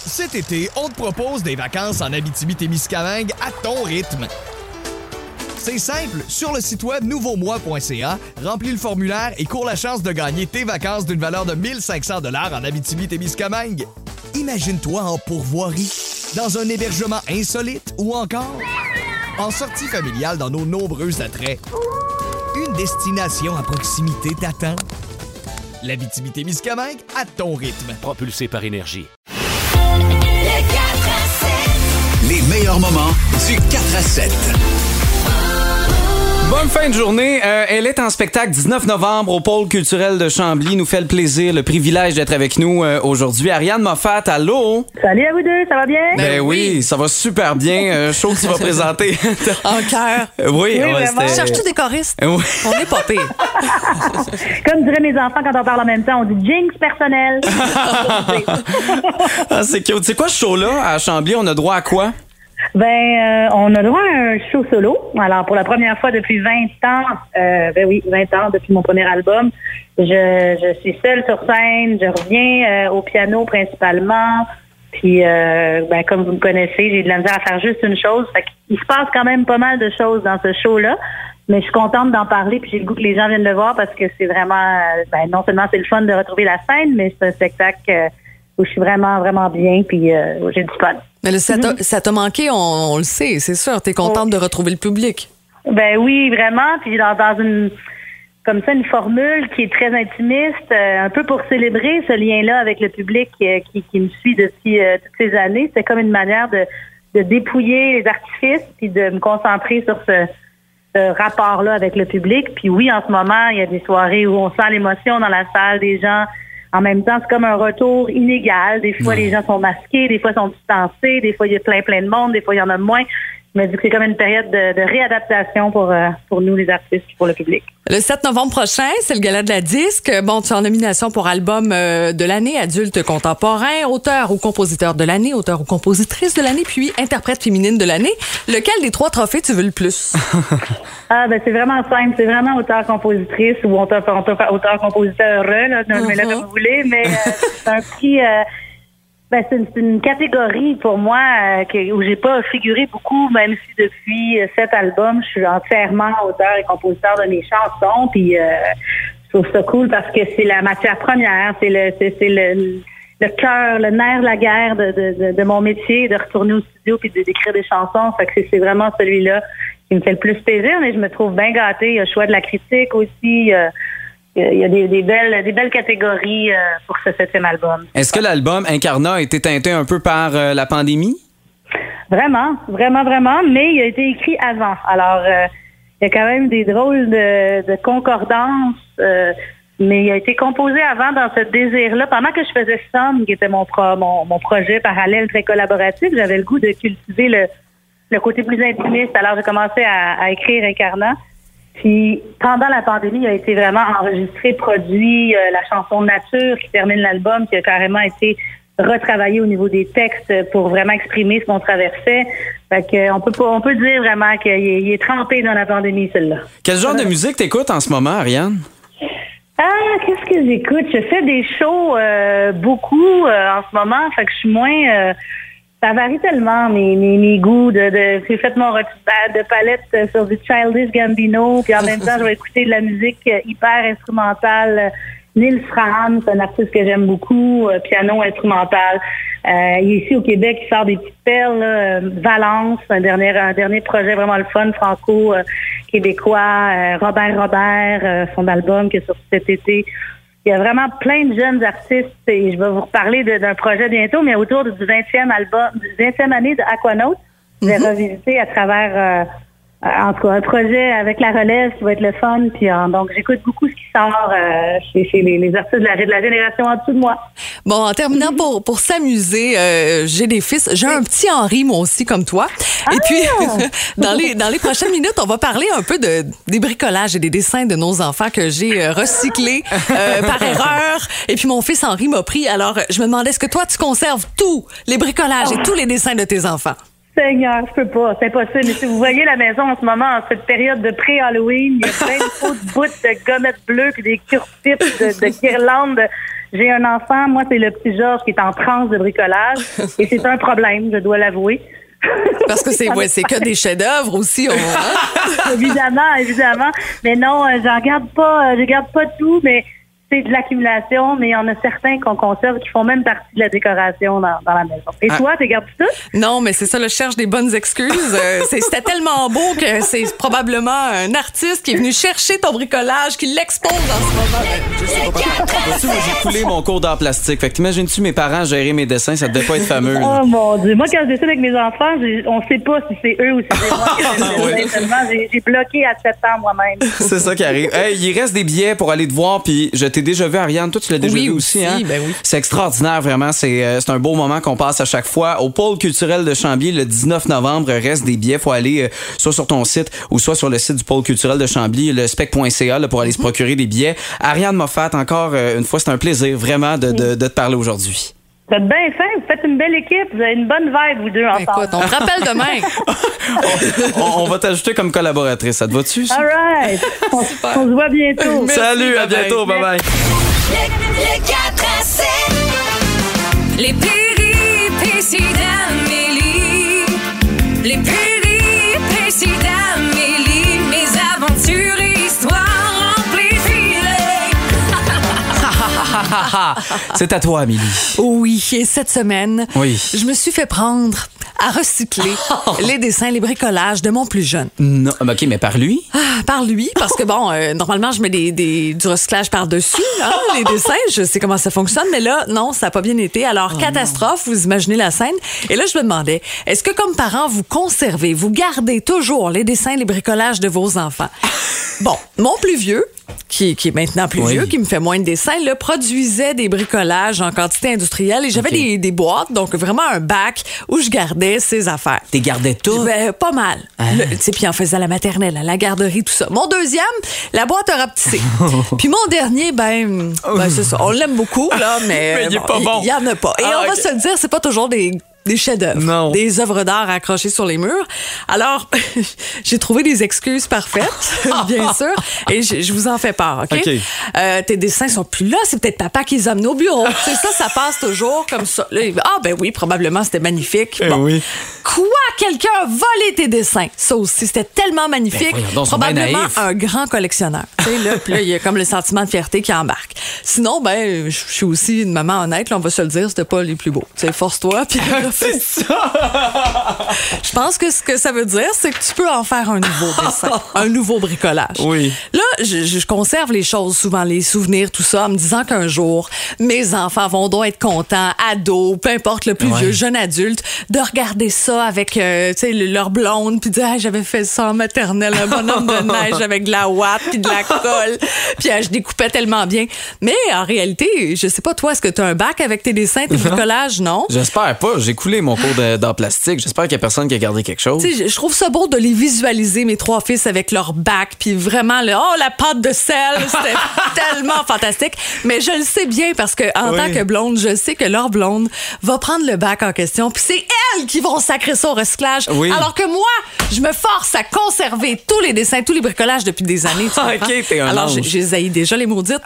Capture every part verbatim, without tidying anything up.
Cet été, on te propose des vacances en Abitibi-Témiscamingue à ton rythme. C'est simple, sur le site web nouveau moi point c a, remplis le formulaire et cours la chance de gagner tes vacances d'une valeur de mille cinq cents dollars en Abitibi-Témiscamingue. Imagine-toi en pourvoirie, dans un hébergement insolite ou encore en sortie familiale dans nos nombreux attraits. Une destination à proximité t'attend. L'Abitibi-Témiscamingue à ton rythme. Propulsé par Énergie. Les meilleurs moments du quatre à sept. Bonne fin de journée. Euh, elle est en spectacle dix-neuf novembre au Pôle culturel de Chambly. Nous fait le plaisir, le privilège d'être avec nous euh, aujourd'hui. Ariane Moffat, allô? Salut à vous deux, ça va bien? Ben, ben oui. oui, ça va super bien. Euh, show que tu vas présenter. En cœur. Oui, oui ouais, c'était... Cherches-tu des choristes? Oui. On est pas pire. Comme diraient mes enfants quand on parle en même temps, on dit jinx personnel. Ah, c'est cute. C'est quoi ce show-là à Chambly? On a droit à quoi? Ben, euh, on a droit à un show solo. Alors, pour la première fois depuis vingt ans, euh, ben oui, vingt ans depuis mon premier album, je, je suis seule sur scène, je reviens euh, au piano principalement. Puis, euh, ben, comme vous me connaissez, j'ai de la misère à faire juste une chose. Fait qu'il se passe quand même pas mal de choses dans ce show-là. Mais je suis contente d'en parler, puis j'ai le goût que les gens viennent le voir parce que c'est vraiment, ben, non seulement c'est le fun de retrouver la scène, mais c'est un spectacle euh, où je suis vraiment, vraiment bien, puis euh, où j'ai du fun. Mais là, ça, t'a, ça t'a manqué, on, on le sait, c'est sûr. T'es contente de retrouver le public. Ben oui, vraiment. Puis dans, dans une comme ça, une formule qui est très intimiste, euh, un peu pour célébrer ce lien-là avec le public euh, qui, qui me suit depuis euh, toutes ces années. C'est comme une manière de, de dépouiller les artifices puis de me concentrer sur ce, ce rapport-là avec le public. Puis oui, en ce moment, il y a des soirées où on sent l'émotion dans la salle des gens. En même temps, c'est comme un retour inégal. Des fois, les gens sont masqués, des fois, ils sont distancés, des fois, il y a plein, plein de monde, des fois, il y en a moins. Je me dis que c'est comme une période de, de réadaptation pour, euh, pour nous, les artistes, et pour le public. Le sept novembre prochain, c'est le gala de la disque. Bon, tu es en nomination pour album euh, de l'année, adulte contemporain, auteur ou compositeur de l'année, auteur ou compositrice de l'année, puis interprète féminine de l'année. Lequel des trois trophées tu veux le plus? Ah, ben, c'est vraiment simple. C'est vraiment auteur-compositrice ou auteur-compositeur, là, uh-huh. là, comme vous voulez, mais euh, c'est un prix... Euh, Ben, c'est, une, c'est une catégorie pour moi euh, que, où j'ai pas figuré beaucoup, même si depuis euh, sept albums, je suis entièrement auteur et compositeur de mes chansons. Puis euh, je trouve ça cool parce que c'est la matière première, c'est le c'est, c'est le, le cœur, le nerf de la guerre de, de, de, de mon métier, de retourner au studio puis de, d'écrire des chansons. Fait que c'est, c'est vraiment celui-là qui me fait le plus plaisir, mais je me trouve bien gâtée. Il y a le choix de la critique aussi. Euh, Il y a des, des, belles, des belles catégories euh, pour ce septième album. Est-ce que l'album Incarnat a été teinté un peu par euh, la pandémie? Vraiment, vraiment, vraiment, mais il a été écrit avant. Alors, euh, il y a quand même des drôles de, de concordances, euh, mais il a été composé avant dans ce désir-là. Pendant que je faisais Somme, qui était mon, pro, mon, mon projet parallèle très collaboratif, j'avais le goût de cultiver le, le côté plus intimiste. Alors, j'ai commencé à, à écrire Incarnat. Puis, pendant la pandémie, il a été vraiment enregistré, produit, euh, la chanson Nature qui termine l'album, qui a carrément été retravaillée au niveau des textes pour vraiment exprimer ce qu'on traversait. Fait que, on peut pas, on peut dire vraiment qu'il est, il est trempé dans la pandémie, celui-là. Quel genre de musique t'écoutes en ce moment, Ariane? Ah, qu'est-ce que j'écoute? Je fais des shows euh, beaucoup euh, en ce moment, fait que je suis moins... Euh, Ça varie tellement, mes, mes, mes goûts. De, de, j'ai fait mon retour de palette sur du Childish Gambino, puis en même temps, je vais écouter de la musique hyper instrumentale. Nils Frahan, c'est un artiste que j'aime beaucoup, piano instrumental. Euh, il est ici au Québec, il sort des petites perles. Là. Valence, un dernier, un dernier projet vraiment le fun, franco-québécois. Euh, Robert Robert, euh, son album qui est sorti cet été. Il y a vraiment plein de jeunes artistes et je vais vous reparler de, d'un projet bientôt, mais autour du vingtième album, du vingtième année de Aquanaut, je vais mm-hmm. revisiter à travers, euh, en tout cas, un projet avec la relève qui va être le fun. Puis euh, donc, j'écoute beaucoup ce qui sort euh, chez, chez les, les artistes de la, de la génération en dessous de moi. Bon, en terminant, mm-hmm. pour, pour s'amuser, euh, j'ai des fils. J'ai un petit Henri, moi aussi, comme toi. Ah! Et puis, dans les dans les prochaines minutes, on va parler un peu de des bricolages et des dessins de nos enfants que j'ai recyclés euh, par erreur. Et puis, mon fils Henri m'a pris. Alors, je me demandais, est-ce que toi, tu conserves tous les bricolages oh. et tous les dessins de tes enfants? Seigneur, je peux pas, c'est impossible. Mais si vous voyez la maison en ce moment, en cette période de pré-Halloween, il y a plein de faux de bouts de gommettes bleues puis des cure-pipes de, de guirlandes. J'ai un enfant, moi, c'est le petit Georges qui est en transe de bricolage. Et c'est un problème, je dois l'avouer. Parce que c'est ouais, c'est que des chefs-d'œuvre aussi. On, hein? Évidemment, évidemment. Mais non, euh, j'en regarde pas, euh, je regarde pas tout, mais c'est de l'accumulation, mais il y en a certains qu'on conserve qui font même partie de la décoration dans, dans la maison. Et ah. toi, tu regardes tout? Non, mais c'est ça, je cherche des bonnes excuses. Euh, c'est, c'était tellement beau que c'est probablement un artiste qui est venu chercher ton bricolage, qui l'expose en ce moment. Je sais pas. Vois-tu, moi, j'ai coulé mon cours d'art plastique. Fait que t'imagines-tu mes parents gérer mes dessins? Ça devait pas être fameux. Là. Oh mon Dieu. Moi, quand je dessine avec mes enfants, j'ai, on sait pas si c'est eux ou si c'est moi. Oui. j'ai, j'ai bloqué à sept ans moi-même. C'est ça qui arrive. Hey, il reste des billets pour aller te voir, puis je t'ai déjà vu, Ariane. Toi, tu l'as déjà oui, vu aussi, aussi hein? Ben oui. C'est extraordinaire, vraiment. C'est, euh, c'est un beau moment qu'on passe à chaque fois. Au pôle culturel de Chambly, le dix-neuf novembre, reste des billets. Faut aller euh, soit sur ton site ou soit sur le site du pôle culturel de Chambly, le spec point c a, là, pour aller mm-hmm. se procurer des billets. Ariane Moffat, encore euh, une fois, c'est un plaisir, vraiment, de, de, de te parler aujourd'hui. Vous êtes bien fin, vous faites une belle équipe, vous avez une bonne vibe, vous deux, ensemble. Écoute, on te rappelle demain. on, on, on va t'ajouter comme collaboratrice, ça te va-tu? All right. On, on se voit bientôt. Merci, salut, à bientôt, bye-bye. Le quatre à sept. Les péripéties d'Amélie. Les péripéties d'Amélie. Mes aventures et histoires amplifiées. C'est à toi, Amélie. Oui, et cette semaine, oui. je me suis fait prendre à recycler les dessins, les bricolages de mon plus jeune. Non, OK, mais par lui? Ah, par lui, parce que bon, euh, normalement, je mets des, des, du recyclage par-dessus, hein, les dessins, je sais comment ça fonctionne, mais là, non, ça n'a pas bien été. Alors, oh catastrophe, non. Vous imaginez la scène. Et là, je me demandais, est-ce que comme parent, vous conservez, vous gardez toujours les dessins, les bricolages de vos enfants? Bon, mon plus vieux, qui, qui est maintenant plus oui. vieux, qui me fait moins de dessins, là, produisait des bricolages en quantité industrielle et j'avais okay. des, des boîtes, donc vraiment un bac où je gardais ses affaires. T'es gardais tout? Ben, pas mal. Ah. Tu sais, puis en faisant la maternelle, à la garderie, tout ça. Mon deuxième, la boîte a rapetissé. Puis mon dernier, ben, ben c'est ça. On l'aime beaucoup, là, mais, mais il est bon, pas bon. Il y, y en a pas. Et ah, on okay. va se le dire, c'est pas toujours des... des chefs-d'œuvre, des œuvres d'art accrochées sur les murs. Alors, j'ai trouvé des excuses parfaites, bien sûr, et je, je vous en fais part, OK? okay. Euh, tes dessins sont plus là, c'est peut-être papa qui les a amenés au bureau. C'est ça, ça passe toujours comme ça. Là, ah, ben oui, probablement, c'était magnifique. Eh bon. oui. Quoi? Quelqu'un a volé tes dessins? Ça aussi, c'était tellement magnifique. Ben, voyons, probablement un grand collectionneur. Tu sais, là, puis là, il y a comme le sentiment de fierté qui embarque. Sinon, ben, je suis aussi une maman honnête, là, on va se le dire, c'était pas les plus beaux. Tu sais, force-toi, puis c'est ça! Je pense que ce que ça veut dire, c'est que tu peux en faire un nouveau dessin, un nouveau bricolage. Oui. Là, je, je conserve les choses, souvent les souvenirs, tout ça, en me disant qu'un jour, mes enfants vont donc être contents, ados, peu importe le plus ouais. vieux, jeune adulte, de regarder ça avec, euh, tu sais, leur blonde, puis dire, ah, j'avais fait ça en maternelle, un bonhomme de neige avec de la ouate, puis de la colle, puis ah, je découpais tellement bien. Mais en réalité, je sais pas, toi, est-ce que tu as un bac avec tes dessins, tes bricolages, non? J'espère pas. J'ai coulé mon cours de, d'art plastique. J'espère qu'il y a personne qui a gardé quelque chose. Tu sais, je trouve ça beau de les visualiser, mes trois fils, avec leur bac, puis vraiment, le, oh, la pâte de sel, c'était tellement fantastique. Mais je le sais bien parce que en oui. tant que blonde, je sais que leur blonde va prendre le bac en question, puis c'est elles qui vont sacrer ça au recyclage. Oui. Alors que moi, je me force à conserver tous les dessins, tous les bricolages depuis des années. OK, t'es un Alors, ange. j'ai zaï déjà les maudites.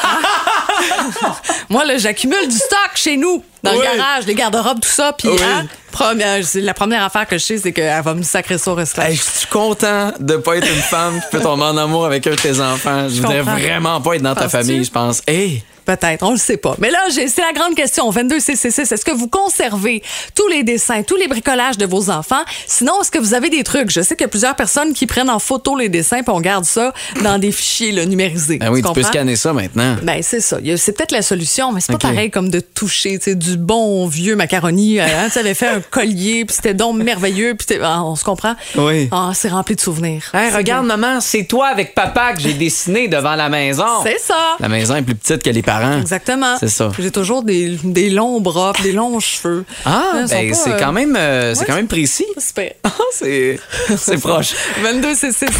Moi, là, j'accumule du stock chez nous, dans oui. le garage, les garde-robes, tout ça. Puis, oui. hein, première, c'est la première affaire que je sais, c'est qu'elle va me sacrer ça au recyclage. Hey, je suis content de pas être une femme qui peut tomber en amour avec un de tes enfants. Je, je voudrais vraiment pas être dans Penses-tu? ta famille, je pense. Hey! Peut-être, on le sait pas. Mais là, j'ai, c'est la grande question. vingt-deux six six six, est-ce que vous conservez tous les dessins, tous les bricolages de vos enfants? Sinon, est-ce que vous avez des trucs? Je sais qu'il y a plusieurs personnes qui prennent en photo les dessins puis on garde ça dans des fichiers là, numérisés. Ben oui, tu, tu peux scanner ça maintenant. Ben c'est ça. C'est peut-être la solution, mais c'est okay. pas pareil comme de toucher du bon vieux macaroni. Hein, tu avais fait un collier puis c'était donc merveilleux. Puis ah, on se comprend? Oui. Ah, c'est rempli de souvenirs. Hey, regarde, bien. Maman, c'est toi avec papa que j'ai dessiné devant la maison. C'est ça. La maison est plus petite que les parents. Exactement. C'est ça. J'ai toujours des, des longs bras, des longs cheveux. Ah, ben, ben c'est, euh... quand même, euh, c'est ouais, quand même précis. Super. Ah, c'est, c'est proche. vingt-deux c'est c'est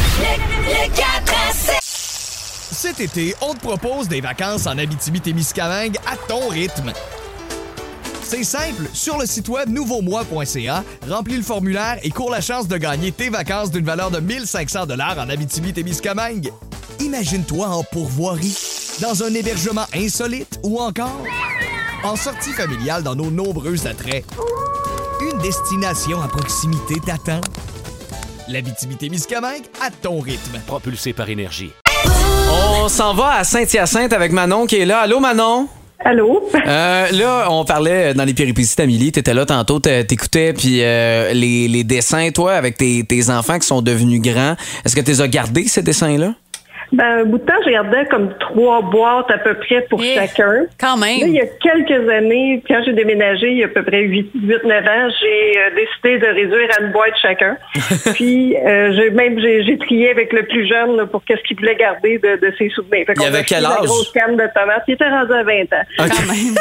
Cet été, on te propose des vacances en Abitibi-Témiscamingue à ton rythme. C'est simple, sur le site web nouveau moi point c a, remplis le formulaire et cours la chance de gagner tes vacances d'une valeur de mille cinq cents dollars en Abitibi-Témiscamingue. Imagine-toi en pourvoirie, dans un hébergement insolite ou encore en sortie familiale dans nos nombreux attraits. Une destination à proximité t'attend. L'Abitibi-Témiscamingue à ton rythme. Propulsé par Énergie. On s'en va à Saint-Hyacinthe avec Manon qui est là. Allô, Manon? Allô? Euh, là, on parlait dans les péripéties d'Amélie. T'étais là tantôt, t'écoutais, puis euh, les, les dessins, toi, avec tes, tes enfants qui sont devenus grands. Est-ce que tu les as gardés, ces dessins-là? Ben, un bout de temps, je gardais comme trois boîtes à peu près pour Eh, chacun. Quand même. Là, il y a quelques années, quand j'ai déménagé, il y a à peu près huit neuf ans, j'ai euh, décidé de réduire à une boîte chacun. Puis, euh, j'ai même j'ai, j'ai trié avec le plus jeune là, pour qu'est-ce qu'il voulait garder de, de ses souvenirs. Fait Il avait quel âge? La grosse canne de tomates. Il était rendu à vingt ans. Okay. Quand même.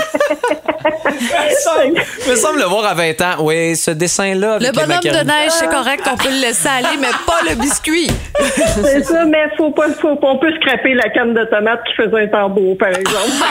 Il me semble le voir à vingt ans. Oui, ce dessin-là. Le avec les bonhomme de macaronis. neige, c'est correct, on peut le laisser aller, mais pas le biscuit. C'est ça, mais faut pas, faut, on peut scraper la canne de tomates qui faisait un tambour, par exemple.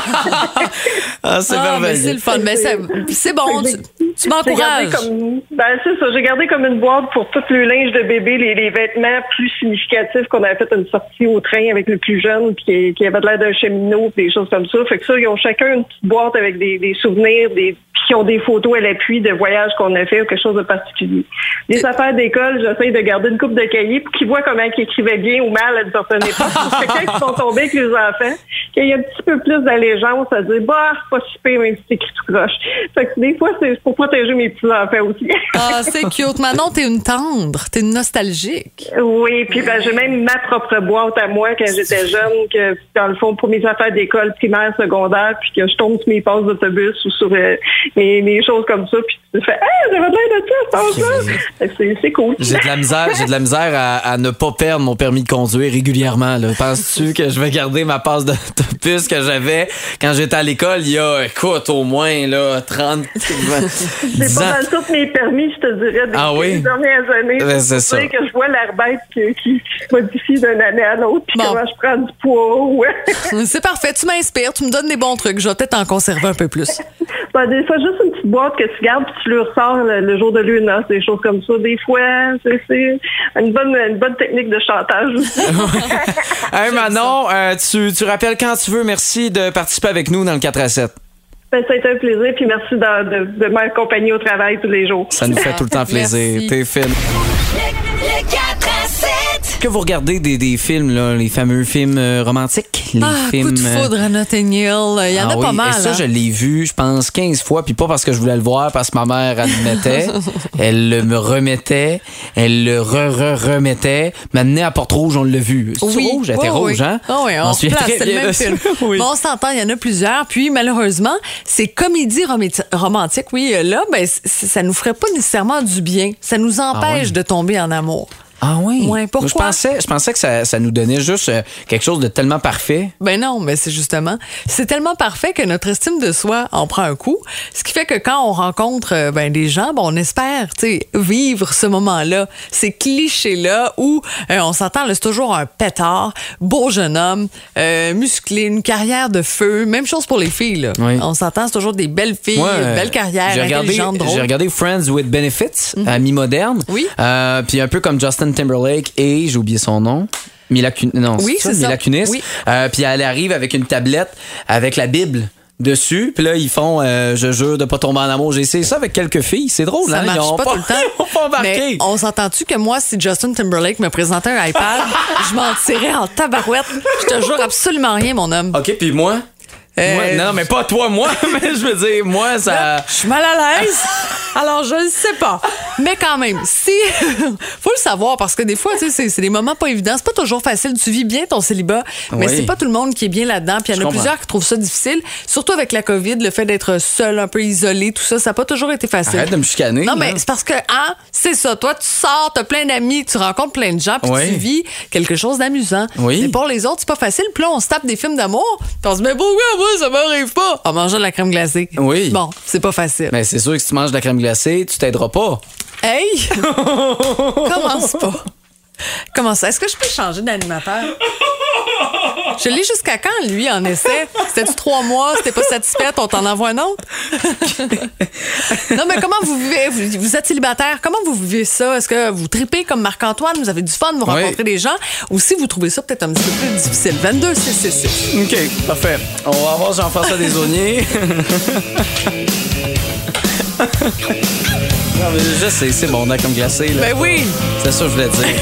Ah, c'est Ah, mais c'est merveilleux. le fun. Mais c'est, c'est bon, tu, tu J'ai gardé m'encourages. comme, ben c'est ça, j'ai gardé comme une boîte pour tout le linge de bébé, les, les vêtements plus significatifs qu'on avait fait une sortie au train avec le plus jeune, puis qui, qui avait l'air d'un cheminot, des choses comme ça. Fait que ça, ils ont chacun une petite boîte avec des, des souvenirs, des qui ont des photos à l'appui de voyages qu'on a fait ou quelque chose de particulier. Les affaires d'école, j'essaie de garder une coupe de cahiers pour qu'ils voient comment ils écrivaient bien ou mal à une certaine époque. Parce que quand ils sont tombés avec les enfants, qu'il y a un petit peu plus d'allégeance à dire, bah, c'est pas si pire, même si c'est écrit tout croche. Fait que des fois, c'est pour protéger mes petits-enfants aussi. Ah, c'est cute. Manon, t'es une tendre, t'es une nostalgique. Oui, puis ben, j'ai même ma propre boîte à moi quand j'étais jeune, que dans le fond, pour mes affaires d'école primaire, secondaire, puis que je tombe sur mes passes d'autobus ou sur euh, mes, mes choses comme ça, puis tu fais, ah, j'avais l'air de ça, ce temps-là. C'est, c'est cool. J'ai de la misère, j'ai de la misère à, à ne pas perdre mon permis de conduire régulièrement. Là. Penses-tu que je vais garder ma passe d'autobus que j'avais quand j'étais à l'école il y a, écoute, au moins là, trente, C'est pas mal tous mes permis, je te dirais, des, Ah oui? des dernières années. Ben, c'est pour ça. dire que je vois l'air bête qui, qui, qui se modifie d'une année à l'autre, puis Bon. comment je prends du poids. Ouais. C'est parfait, tu m'inspires, tu me donnes des bons trucs. Je vais peut-être en conserver un peu plus. Ben, des fois, juste une petite boîte que tu gardes puis tu le ressors le, le jour de lune, des choses comme ça. Des fois, c'est, c'est une bonne, une bonne technique de chantage aussi. Hey Manon, euh, tu, tu rappelles quand tu veux. Merci de participer avec nous dans le quatre à sept. Ben, ça a été un plaisir, puis merci de, de, de m'accompagner au travail tous les jours. Ça nous fait tout le temps plaisir. Merci. T'es fine. Le quatre à sept. Est-ce que vous regardez des, des films, là, les fameux films euh, romantiques? Les Ah, films, coup de euh, foudre à Notting Hill. Il y en ah a oui, pas mal. et ça, hein? je l'ai vu, je pense, quinze fois, puis pas parce que je voulais le voir, parce que ma mère, elle le mettait. Elle le me remettait. Elle le re-re-remettait. Maintenant, à Porte-Rouge, on l'a vu. C'est Oui. rouge? Elle était Oui, rouge, oui. hein? Ah oui, on m'en se souviens place, très c'est le bien même de ça. film. Oui. Bon, on s'entend, il y en a plusieurs. Puis, malheureusement, ces comédies romanti- romantiques, oui, euh, là, ben, c- ça nous ferait pas nécessairement du bien. Ça nous empêche oui? de tomber en amour. Ah oui? Ouais, pourquoi? Je pensais, je pensais que ça, ça nous donnait juste euh, quelque chose de tellement parfait. Ben non, mais c'est justement, c'est tellement parfait que notre estime de soi en prend un coup. Ce qui fait que quand on rencontre euh, ben, des gens, ben, on espère, tu sais, vivre ce moment-là, ces clichés-là où euh, on s'entend, là, c'est toujours un pétard, beau jeune homme, euh, musclé, une carrière de feu. Même chose pour les filles, là. Oui. On s'entend, c'est toujours des belles filles, Moi, une euh, belle carrière, j'ai regardé, intelligente, drôle. j'ai regardé Friends with Benefits à mi-moderne. Oui. Euh, puis un peu comme Justin Timberlake et, j'ai oublié son nom, Mila Kunis. Non, Oui, c'est ça, c'est ça. Mila Kunis. Oui. Euh, puis elle arrive avec une tablette avec la Bible dessus. Puis là, ils font euh, je jure de pas tomber en amour. J'ai essayé ça avec quelques filles. C'est drôle, Ça hein? marche Ils ont pas, tout le temps. Ils ont pas embarqué. Mais on s'entend-tu que moi, si Justin Timberlake me présentait un iPad, je m'en tirais en tabarouette. Je te jure absolument rien, mon homme. OK, puis moi? Euh, Moi, non, mais pas toi, moi. Mais je veux dire, moi, ça... Je suis mal à l'aise. Alors, je ne sais pas. Mais quand même, si. Faut le savoir parce que des fois, tu sais, c'est, c'est des moments pas évidents. C'est pas toujours facile. Tu vis bien ton célibat, mais Oui. c'est pas tout le monde qui est bien là-dedans. Puis il y Je en a comprends. plusieurs qui trouvent ça difficile. Surtout avec la COVID, le fait d'être seul, un peu isolé, tout ça, ça n'a pas toujours été facile. Arrête de me chicaner. Non, mais là. c'est parce que, hein, c'est ça. Toi, tu sors, t'as plein d'amis, tu rencontres plein de gens, puis Oui. tu vis quelque chose d'amusant. Oui. Mais pour les autres, c'est pas facile. Puis là, on se tape des films d'amour, puis on se met, pourquoi moi, ça m'arrive pas? En mangeant de la crème glacée. Oui. Bon, c'est pas facile. Mais c'est sûr que si tu manges de la crème glacée, tu t'aideras pas. Hey! Commence pas. Comment ça? Est-ce que je peux changer d'animateur? Je l'ai jusqu'à quand, lui, en essai? C'était-tu trois mois? C'était pas satisfaite? On t'en envoie un autre? Non, mais comment vous vivez? Vous, vous êtes célibataire. Comment vous vivez ça? Est-ce que vous tripez comme Marc-Antoine? Vous avez du fun, vous Oui. rencontrez des gens? Ou si vous trouvez ça peut-être un petit peu plus difficile? vingt-deux six six six. OK, parfait. On va voir Jean-François Desaulniers. Non, mais je sais, c'est bon, comme glacé. Là. Ben oui! C'est ça que je voulais dire.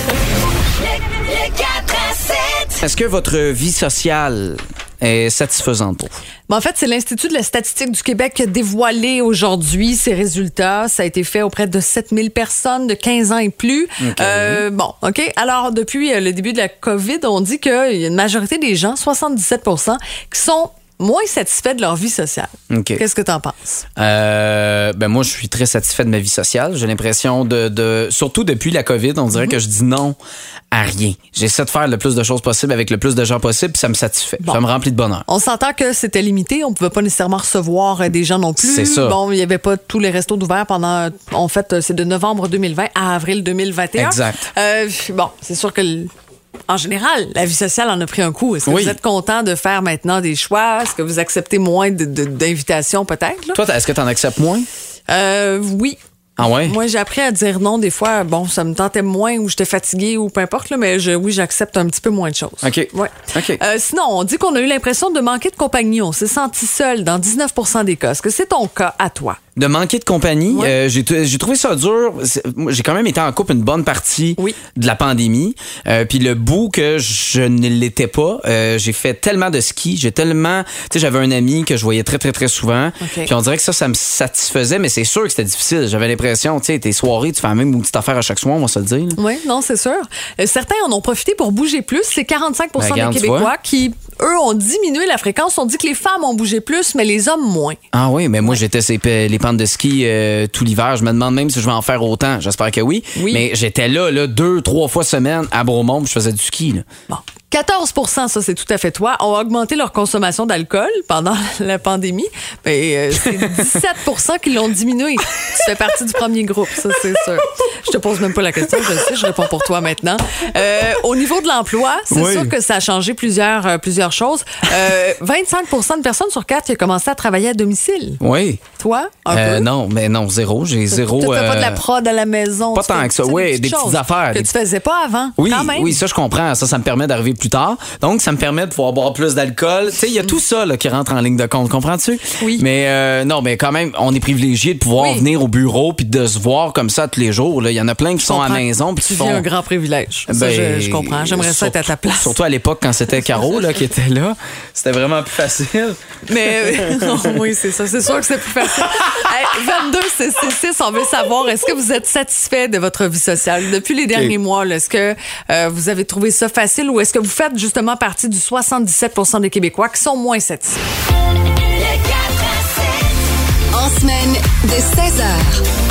Le, le quatre à sept. Est-ce que votre vie sociale est satisfaisante pour vous? Ben, en fait, c'est l'Institut de la statistique du Québec qui a dévoilé aujourd'hui ses résultats. Ça a été fait auprès de sept mille personnes de quinze ans et plus. OK. Euh, bon, OK. Alors, depuis le début de la COVID, on dit qu'il y a une majorité des gens, soixante-dix-sept pour cent, qui sont moins satisfaits de leur vie sociale. OK. Qu'est-ce que t'en penses? Euh, ben moi, je suis très satisfait de ma vie sociale. J'ai l'impression de, de... Surtout depuis la COVID, on dirait mm-hmm. que je dis non à rien. J'essaie de faire le plus de choses possible avec le plus de gens possible, puis ça me satisfait. Bon. Ça me remplit de bonheur. On s'entend que c'était limité. On pouvait pas nécessairement recevoir des gens non plus. C'est ça. Bon, il y avait pas tous les restos d'ouvert pendant... En fait, c'est de novembre deux mille vingt à avril deux mille vingt et un. Exact. Euh, bon, c'est sûr que... Le... En général, la vie sociale en a pris un coup. Est-ce que oui. vous êtes content de faire maintenant des choix? Est-ce que vous acceptez moins de, de, d'invitations, peut-être? Là? Toi, est-ce que tu en acceptes moins? Euh, oui. Ah ouais? Moi, j'ai appris à dire non des fois. Bon, ça me tentait moins ou j'étais fatiguée ou peu importe, là, mais je, oui, j'accepte un petit peu moins de choses. OK. Ouais. OK. Euh, sinon, on dit qu'on a eu l'impression de manquer de compagnie. On s'est senti seul dans dix-neuf pour cent des cas. Est-ce que c'est ton cas à toi? De manquer de compagnie, Ouais. euh, j'ai, t- j'ai trouvé ça dur. C'est- moi, J'ai quand même été en couple une bonne partie Oui. de la pandémie. Euh, Puis le bout que je ne l'étais pas, euh, j'ai fait tellement de ski, j'ai tellement... Tu sais, j'avais un ami que je voyais très, très, très souvent. OK. Puis on dirait que ça, ça me satisfaisait, mais c'est sûr que c'était difficile. J'avais l'impression, tu sais, tes soirées, tu fais la même petite affaire à chaque soir, on va se le dire. là. Oui, non, c'est sûr. Euh, certains en ont profité pour bouger plus. C'est quarante-cinq pour cent Ben, regarde, des tu vois. Québécois qui, eux, ont diminué la fréquence. On dit que les femmes ont bougé plus, mais les hommes moins. Ah oui, mais moi, j'étais sur les les pentes de ski euh, tout l'hiver. Je me demande même si je vais en faire autant. J'espère que oui. Oui. Mais j'étais là, là, deux, trois fois semaine à Bromont, puis je faisais du ski. Là. Bon. quatorze pour cent, ça c'est tout à fait toi, ont augmenté leur consommation d'alcool pendant la pandémie. Ben, euh, c'est dix-sept pour cent qui l'ont diminué. Tu fais partie du premier groupe, ça c'est sûr. Je te pose même pas la question, je le sais, je réponds pour toi maintenant. Euh, au niveau de l'emploi, c'est Oui. sûr que ça a changé plusieurs, euh, plusieurs choses. Euh, vingt-cinq pour cent de personnes sur quatre qui ont commencé à travailler à domicile. Oui. Toi, un Euh, peu? non, mais non, zéro. J'ai zéro. Tu fais pas de la euh, prod à la maison. pas tu tant fais- que ça. tu sais, Oui, petites des petites choses affaires, Que des tu faisais pas avant, Oui, quand même. oui, ça je comprends. Ça, ça me permet d'arriver plus tard. Donc, ça me permet de pouvoir boire plus d'alcool. Tu sais, il y a tout ça là, qui rentre en ligne de compte. Comprends-tu? Oui. Mais euh, non, mais quand même, on est privilégié de pouvoir Oui. venir au bureau puis de se voir comme ça tous les jours. là. Il y en a plein qui Je sont à la comprends. maison puis Tu qui vis font. un grand privilège. Ça, Ben, je, je comprends. J'aimerais ça être à ta place. Surtout à l'époque quand c'était Caro là, qui était là. C'était vraiment plus facile. Mais non, oui, c'est ça. C'est sûr que c'est plus facile. Hey, vingt-deux six six six, on veut savoir, est-ce que vous êtes satisfait de votre vie sociale depuis les derniers mois? Là, est-ce que euh, vous avez trouvé ça facile ou est-ce que vous faites justement partie du soixante-dix-sept pour cent des Québécois qui sont moins satisfaits? Le quatre à sept. En semaine de seize heures.